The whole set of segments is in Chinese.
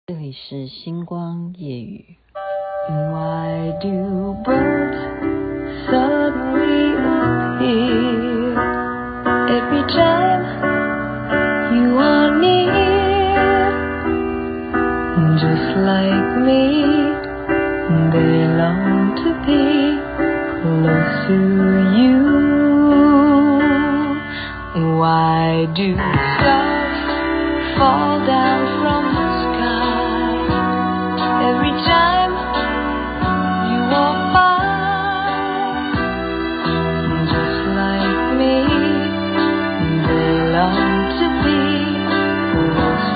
这里是星光夜语。Why do birds suddenly appear every time you are near? Just like me, they long to be close to you. Why do stars fall down from the sky every time you walk by? Just like me, they long to be close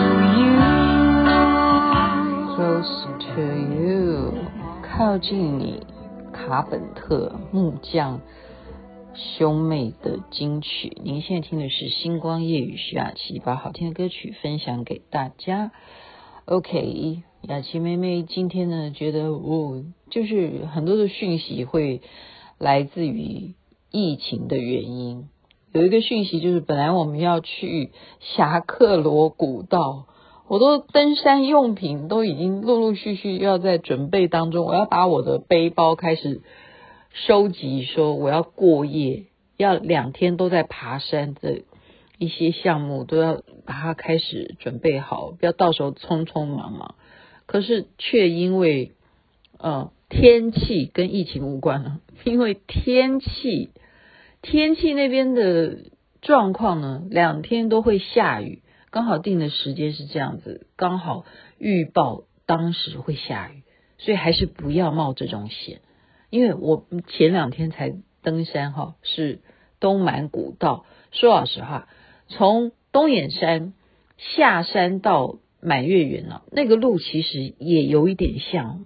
to you. Close to you， 靠近你。卡本特木匠兄妹的金曲，您现在听的是星光夜语，徐雅琪把好听的歌曲分享给大家。OK， 雅琪妹妹今天呢，觉得就是很多的讯息会来自于疫情的原因。有一个讯息就是，本来我们要去侠客罗古道，我都登山用品都已经陆陆续续要在准备当中，我要把我的背包开始收集，说我要过夜，要2天都在爬山的一些项目都要把它开始准备好，不要到时候匆匆忙忙。可是却因为天气跟疫情无关了，因为天气那边的状况呢，2天都会下雨，刚好定的时间是这样子，刚好预报当时会下雨，所以还是不要冒这种险。因为我前2天才登山是东满古道，说老实话，从东眼山下山到满月园那个路其实也有一点像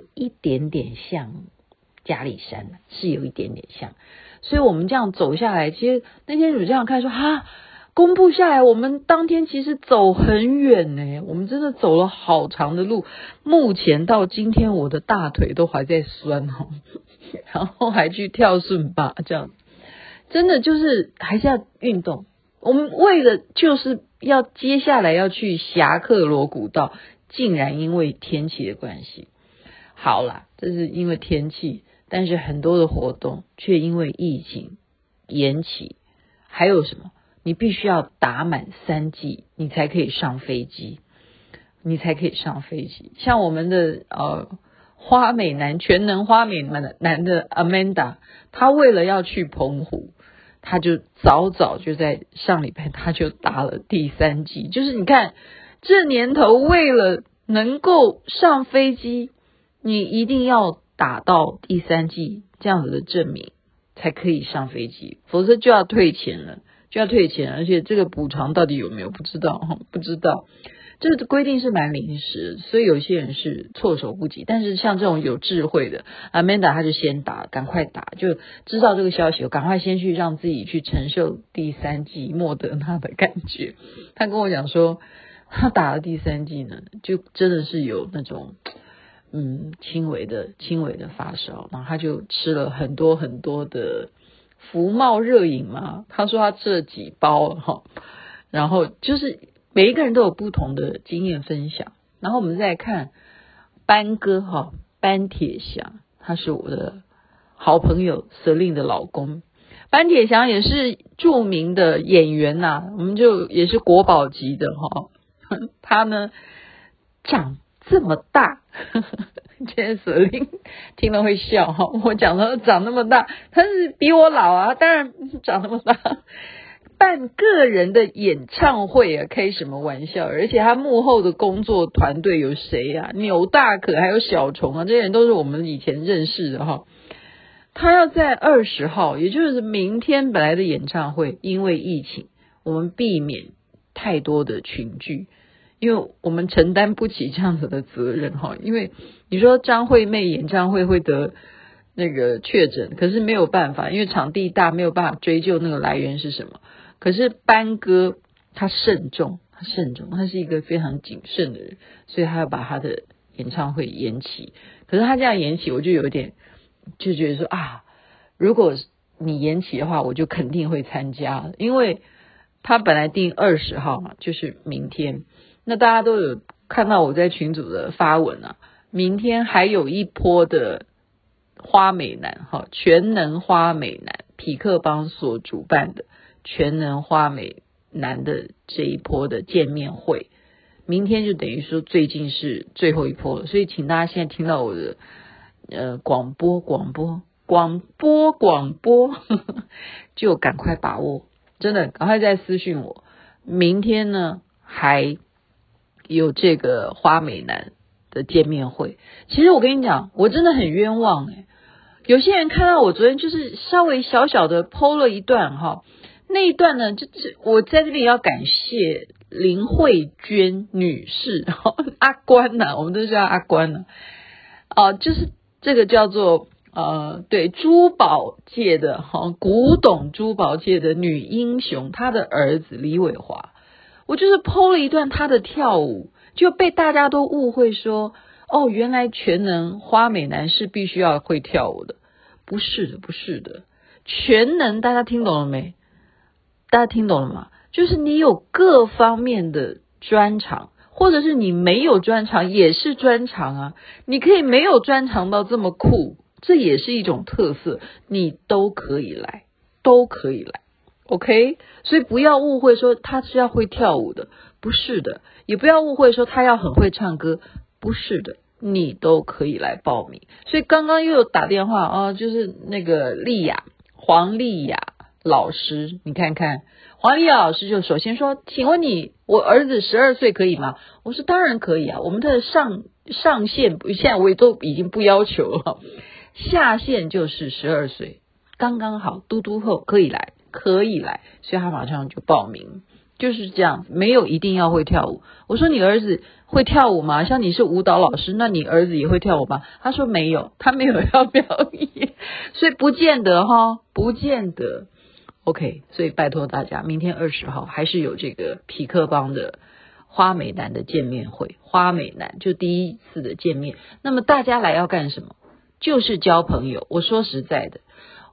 嘉里山，是有一点点像。所以我们这样走下来，其实那天有这样看说公布下来，我们当天其实走很远呢，我们真的走了好长的路，目前到今天我的大腿都还在酸然后还去跳顺吧，这样真的就是还是要运动。我们为了就是要接下来要去侠客罗古道，竟然因为天气的关系，好啦，这是因为天气，但是很多的活动却因为疫情延期。还有什么？你必须要打满3剂，你才可以上飞机，像我们的花美男，全能花美男的 Amanda， 他为了要去澎湖，他就早就在上礼拜他就打了第3剂。就是你看这年头，为了能够上飞机，你一定要打到第3剂这样子的证明才可以上飞机，否则就要退钱了，而且这个补偿到底有没有不知道，这个规定是蛮临时，所以有些人是措手不及。但是像这种有智慧的 Amanda， 他就先打，赶快打，就知道这个消息，赶快先去让自己去承受第3剂莫德纳的感觉。他跟我讲说，他打了第3剂呢，就真的是有那种轻微的发烧，然后他就吃了很多的福茂热饮嘛，他说他吃了几包然后就是每一个人都有不同的经验分享。然后我们再看班哥班铁祥，他是我的好朋友 Celine 的老公。班铁祥也是著名的演员我们就也是国宝级的他呢长这么大今天Celine听了会笑我讲他长那么大，他是比我老当然长那么大，办个人的演唱会开什么玩笑？而且他幕后的工作团队有谁钮大可还有小虫这些人都是我们以前认识的他要在20号，也就是明天本来的演唱会，因为疫情我们避免太多的群聚，因为我们承担不起这样子的责任因为你说张惠妹演唱会会得那个确诊，可是没有办法，因为场地大，没有办法追究那个来源是什么。可是班哥他慎重，他是一个非常谨慎的人，所以他要把他的演唱会延期。可是他这样延期，我就有点就觉得说如果你延期的话，我就肯定会参加，因为他本来定20号嘛，就是明天。那大家都有看到我在群组的发文啊，明天还有一波的花美男全能花美男，匹克帮所主办的全能花美男的这一波的见面会，明天就等于说最近是最后一波了，所以请大家现在听到我的广播就赶快把握，真的赶快再私讯我。明天呢还有这个花美男的见面会。其实我跟你讲，我真的很冤枉有些人看到我昨天就是稍微小小的 po 了一段那一段呢，就是我在这边也要感谢林慧娟女士阿关我们都叫阿关就是这个叫做对珠宝界的古董珠宝界的女英雄，她的儿子李伟华，我就是 po 了一段她的跳舞，就被大家都误会说原来全能花美男是必须要会跳舞的。不是的，全能大家听懂了没？大家听懂了吗？就是你有各方面的专长，或者是你没有专长也是专长啊，你可以没有专长到这么酷，这也是一种特色，你都可以来 OK， 所以不要误会说他是要会跳舞的，不是的，也不要误会说他要很会唱歌，不是的，你都可以来报名。所以刚刚又有打电话就是那个黄丽雅老师，你看看黄丽雅老师就首先说，请问我儿子12岁可以吗？我说当然可以啊，我们的上限现在我也都已经不要求了，下限就是12岁，刚刚好，嘟嘟后可以来，所以他马上就报名，就是这样，没有一定要会跳舞。我说你儿子会跳舞吗？像你是舞蹈老师，那你儿子也会跳舞吗？他说没有，他没有要表演，所以不见得不见得。OK， 所以拜托大家，明天20号还是有这个匹克帮的花美男的见面会，花美男就第一次的见面。那么大家来要干什么？就是交朋友。我说实在的，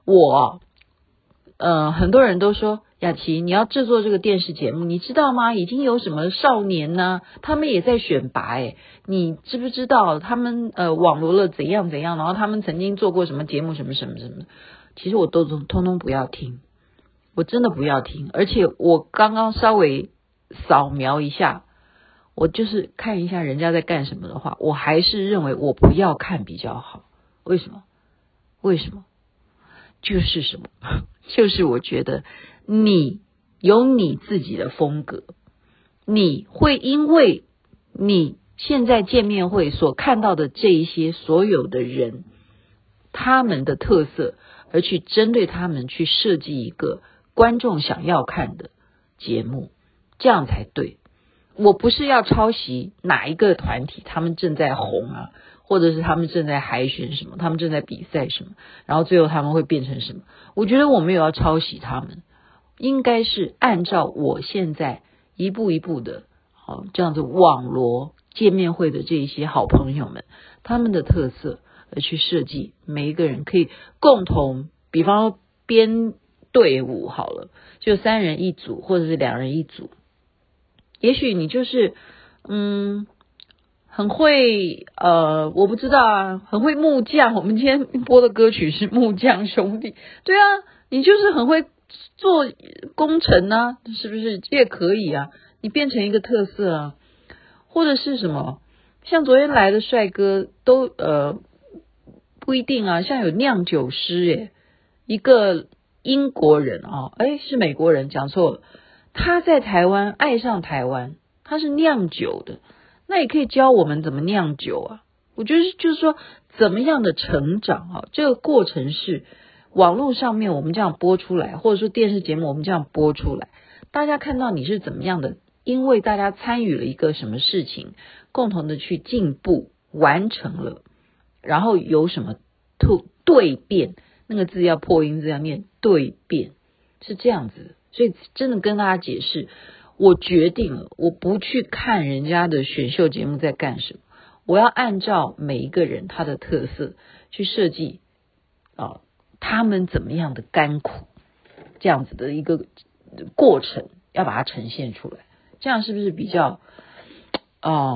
很多人都说雅琪，你要制作这个电视节目，你知道吗？已经有什么少年呢，他们也在选拔你知不知道他们网罗了怎样，然后他们曾经做过什么节目什么。其实我都通通不要听，我真的不要听。而且我刚刚稍微扫描一下，我就是看一下人家在干什么的话，我还是认为我不要看比较好。为什么？就是什么？就是我觉得你有你自己的风格，你会因为你现在见面会所看到的这一些所有的人，他们的特色，而去针对他们去设计一个观众想要看的节目，这样才对。我不是要抄袭哪一个团体，他们正在红或者是他们正在海选什么，他们正在比赛什么，然后最后他们会变成什么。我觉得我没有要抄袭他们，应该是按照我现在一步一步的这样子网罗见面会的这一些好朋友们，他们的特色而去设计，每一个人可以共同，比方说编队伍好了，就3人一组或者是2人一组，也许你就是很会我不知道很会木匠，我们今天播的歌曲是木匠兄弟，对啊，你就是很会做工程是不是也可以你变成一个特色或者是什么，像昨天来的帅哥都不一定像有酿酒师一个英国人是美国人，讲错了，他在台湾爱上台湾，他是酿酒的，那也可以教我们怎么酿酒我觉得就是说怎么样的成长这个过程是网络上面我们这样播出来，或者说电视节目我们这样播出来，大家看到你是怎么样的，因为大家参与了一个什么事情，共同的去进步完成了，然后有什么蜕变，那个字要破音，字要念蜕变，是这样子。所以真的跟大家解释，我决定了，我不去看人家的选秀节目在干什么，我要按照每一个人他的特色去设计他们怎么样的甘苦，这样子的一个过程要把它呈现出来，这样是不是比较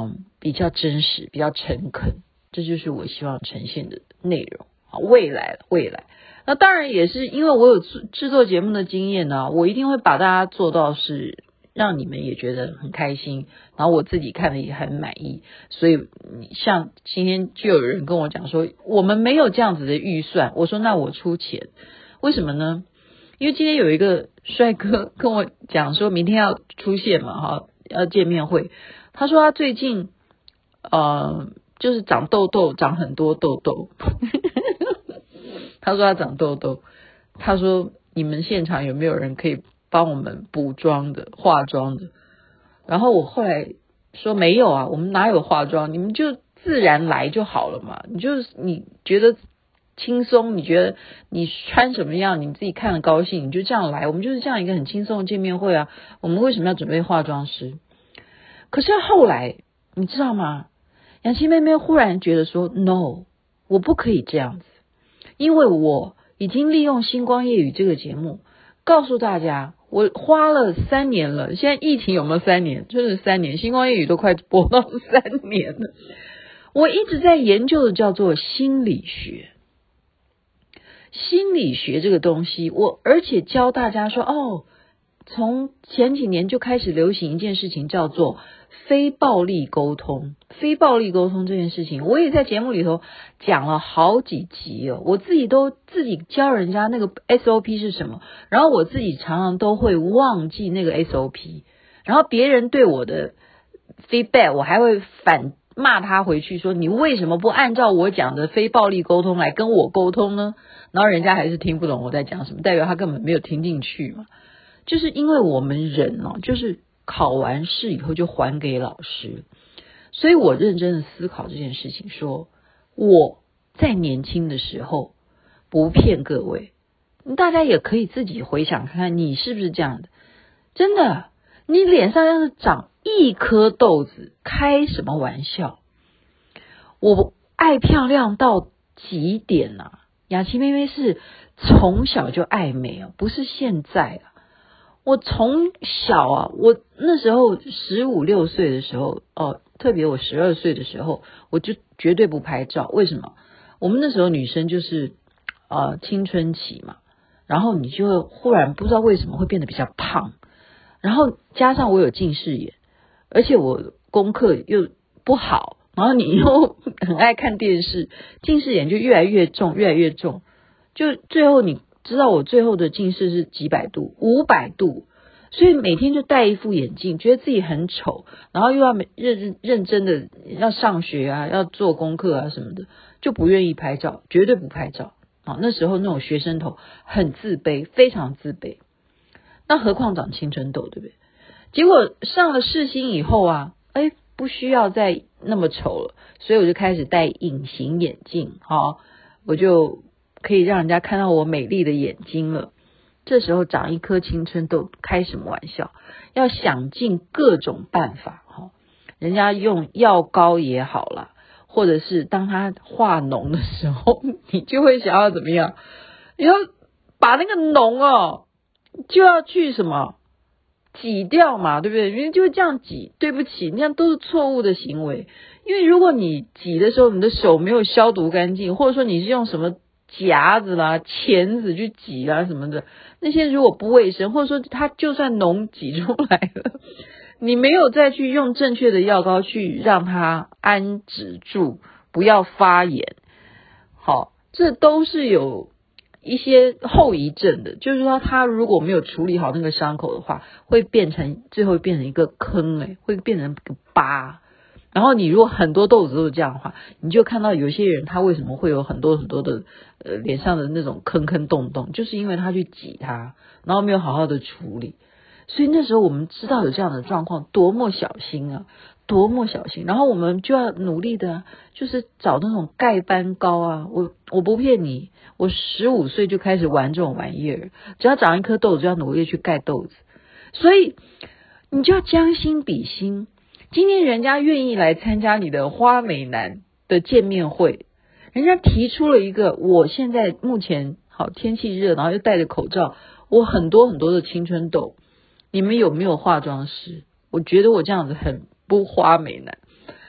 比较真实，比较诚恳，这就是我希望呈现的内容。好，未来，那当然也是因为我有制作节目的经验呢，我一定会把大家做到是让你们也觉得很开心，然后我自己看的也很满意。所以像今天就有人跟我讲说，我们没有这样子的预算，我说那我出钱，为什么呢？因为今天有一个帅哥跟我讲说明天要出现嘛，要见面会，他说他最近就是长痘痘，长很多痘痘他说他长痘痘，他说你们现场有没有人可以帮我们补妆的、化妆的？然后我后来说没有啊，我们哪有化妆，你们就自然来就好了嘛，你觉得轻松，你觉得你穿什么样你自己看了高兴，你就这样来，我们就是这样一个很轻松的见面会啊，我们为什么要准备化妆师？可是后来你知道吗，杨琪妹妹忽然觉得说 no， 我不可以这样子，因为我已经利用星光夜语这个节目告诉大家，我花了3年了，现在疫情有没有3年？就是3年，星光夜语都快播到3年了，我一直在研究的叫做心理学。心理学这个东西，而且教大家说从前几年就开始流行一件事情叫做非暴力沟通。非暴力沟通这件事情，我也在节目里头讲了好几集我自己教人家那个 SOP 是什么，然后我自己常常都会忘记那个 SOP， 然后别人对我的 feedback 我还会反骂他回去说，你为什么不按照我讲的非暴力沟通来跟我沟通呢？然后人家还是听不懂我在讲什么，代表他根本没有听进去嘛。就是因为我们人就是考完试以后就还给老师，所以我认真的思考这件事情，说我在年轻的时候，不骗各位，大家也可以自己回想看看你是不是这样的。真的，你脸上要是长1颗痘子，开什么玩笑？我爱漂亮到极点啊！雅琪妹妹是从小就爱美不是现在我从小我那时候15、16岁的时候特别我12岁的时候，我就绝对不拍照。为什么？我们那时候女生就是青春期嘛，然后你就会忽然不知道为什么会变得比较胖，然后加上我有近视眼，而且我功课又不好，然后你又很爱看电视，近视眼就越来越重，就最后你知道我最后的近视是几百度，500度，所以每天就戴一副眼镜，觉得自己很丑，然后又要认真的要上学要做功课什么的，就不愿意拍照，绝对不拍照那时候那种学生头很自卑，非常自卑，那何况长青春痘，对不对？结果上了世新以后不需要再那么丑了，所以我就开始戴隐形眼镜我就可以让人家看到我美丽的眼睛了。这时候长一颗青春痘，开什么玩笑？要想尽各种办法人家用药膏也好啦，或者是当它化脓的时候，你就会想要怎么样？你要把那个脓就要去什么挤掉嘛，对不对？因为就这样挤，对不起，那样都是错误的行为。因为如果你挤的时候，你的手没有消毒干净，或者说你是用什么夹子啦、钳子去挤什么的，那些如果不卫生，或者说它就算脓挤出来了，你没有再去用正确的药膏去让它安止住，不要发炎，这都是有一些后遗症的，就是说他如果没有处理好那个伤口的话，最后变成一个坑会变成一个疤。然后你如果很多痘子都是这样的话，你就看到有些人他为什么会有很多很多的脸上的那种坑坑洞洞，就是因为他去挤它，然后没有好好的处理。所以那时候我们知道有这样的状况，多么小心多么小心，然后我们就要努力的就是找那种盖斑膏我不骗你，我15岁就开始玩这种玩意儿，只要长一颗痘子就要努力去盖痘子。所以你就要将心比心，今天人家愿意来参加你的花美男的见面会，人家提出了一个，我现在目前天气热，然后又戴着口罩，我很多很多的青春痘，你们有没有化妆师？我觉得我这样子很不花美男，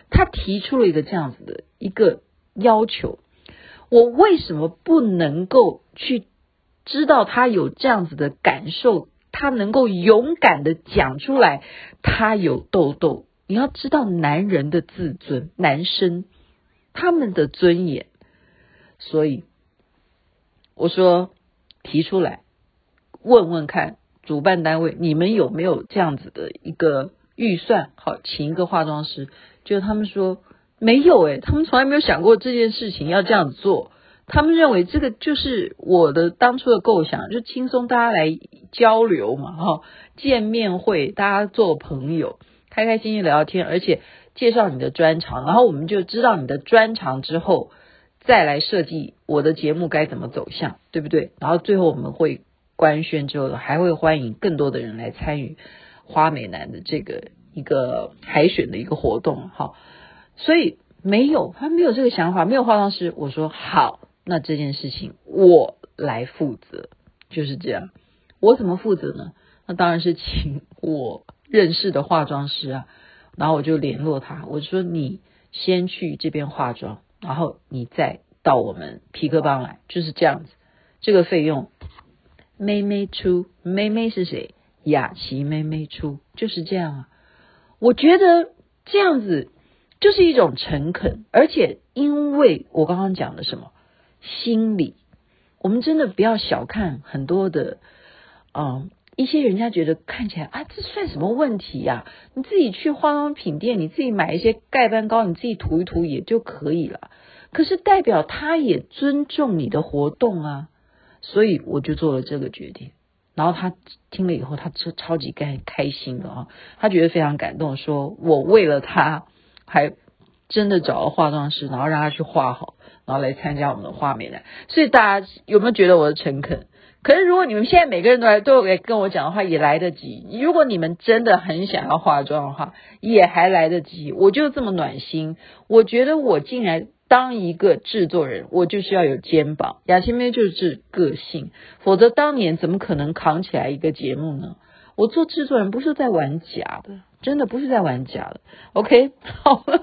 他提出了一个这样子的一个要求，我为什么不能够去知道他有这样子的感受，他能够勇敢的讲出来他有痘痘？你要知道男人的自尊，男生他们的尊严，所以我说提出来问问看主办单位，你们有没有这样子的一个预算，好请一个化妆师。就他们说没有他们从来没有想过这件事情要这样子做，他们认为这个就是我的当初的构想，就轻松大家来交流嘛，见面会大家做朋友，开开心心聊聊天，而且介绍你的专长，然后我们就知道你的专长之后再来设计我的节目该怎么走向，对不对？然后最后我们会官宣之后还会欢迎更多的人来参与花美男的这个一个海选的一个活动，所以他没有这个想法，没有化妆师。我说好，那这件事情我来负责，就是这样。我怎么负责呢？那当然是请我认识的化妆师啊，然后我就联络他，我说你先去这边化妆，然后你再到我们皮克邦来，就是这样子。这个费用妹妹出，妹妹是谁？雅琪妹妹出，就是这样啊。我觉得这样子就是一种诚恳，而且因为我刚刚讲的什么心理，我们真的不要小看很多的一些人家觉得看起来这算什么问题呀？你自己去化妆品店，你自己买一些盖斑膏，你自己涂一涂也就可以了。可是代表他也尊重你的活动啊，所以我就做了这个决定。然后他听了以后，他超级开心的他觉得非常感动，说我为了他还真的找了化妆师，然后让他去画好，然后来参加我们的画美男。所以大家有没有觉得我的诚恳？可是如果你们现在每个人都来跟我讲的话，也来得及。如果你们真的很想要化妆的话，也还来得及。我就这么暖心，我觉得我竟然当一个制作人，我就是要有肩膀。雅琪妹就是个性，否则当年怎么可能扛起来一个节目呢？我做制作人不是在玩假的，真的不是在玩假的。OK， 好了，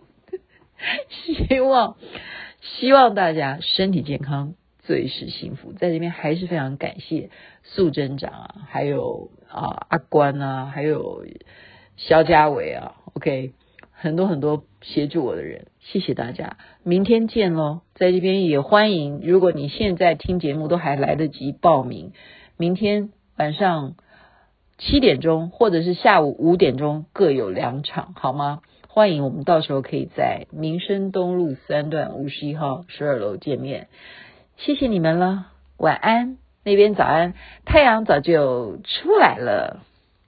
希望大家身体健康，最是幸福。在这边还是非常感谢素珍长还有阿关还有肖家伟OK， 很多协助我的人，谢谢大家，明天见咯。在这边也欢迎，如果你现在听节目都还来得及报名，明天晚上7点钟或者是下午5点钟各有2场，好吗？欢迎我们到时候可以在民生东路3段51号12楼见面。谢谢你们了，晚安，那边早安，太阳早就出来了。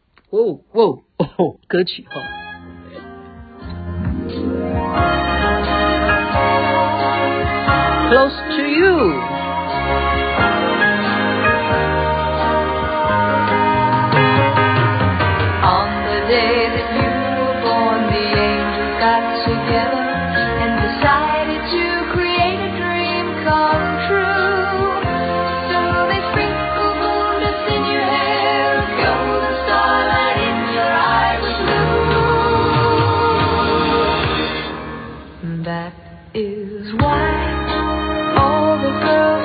歌曲后Close to you。 On the day that you were born, the angels got together and decided to create a dream come true. So they sprinkled gold dust in your hair, golden starlight in your eyes of blue. That is why all the girls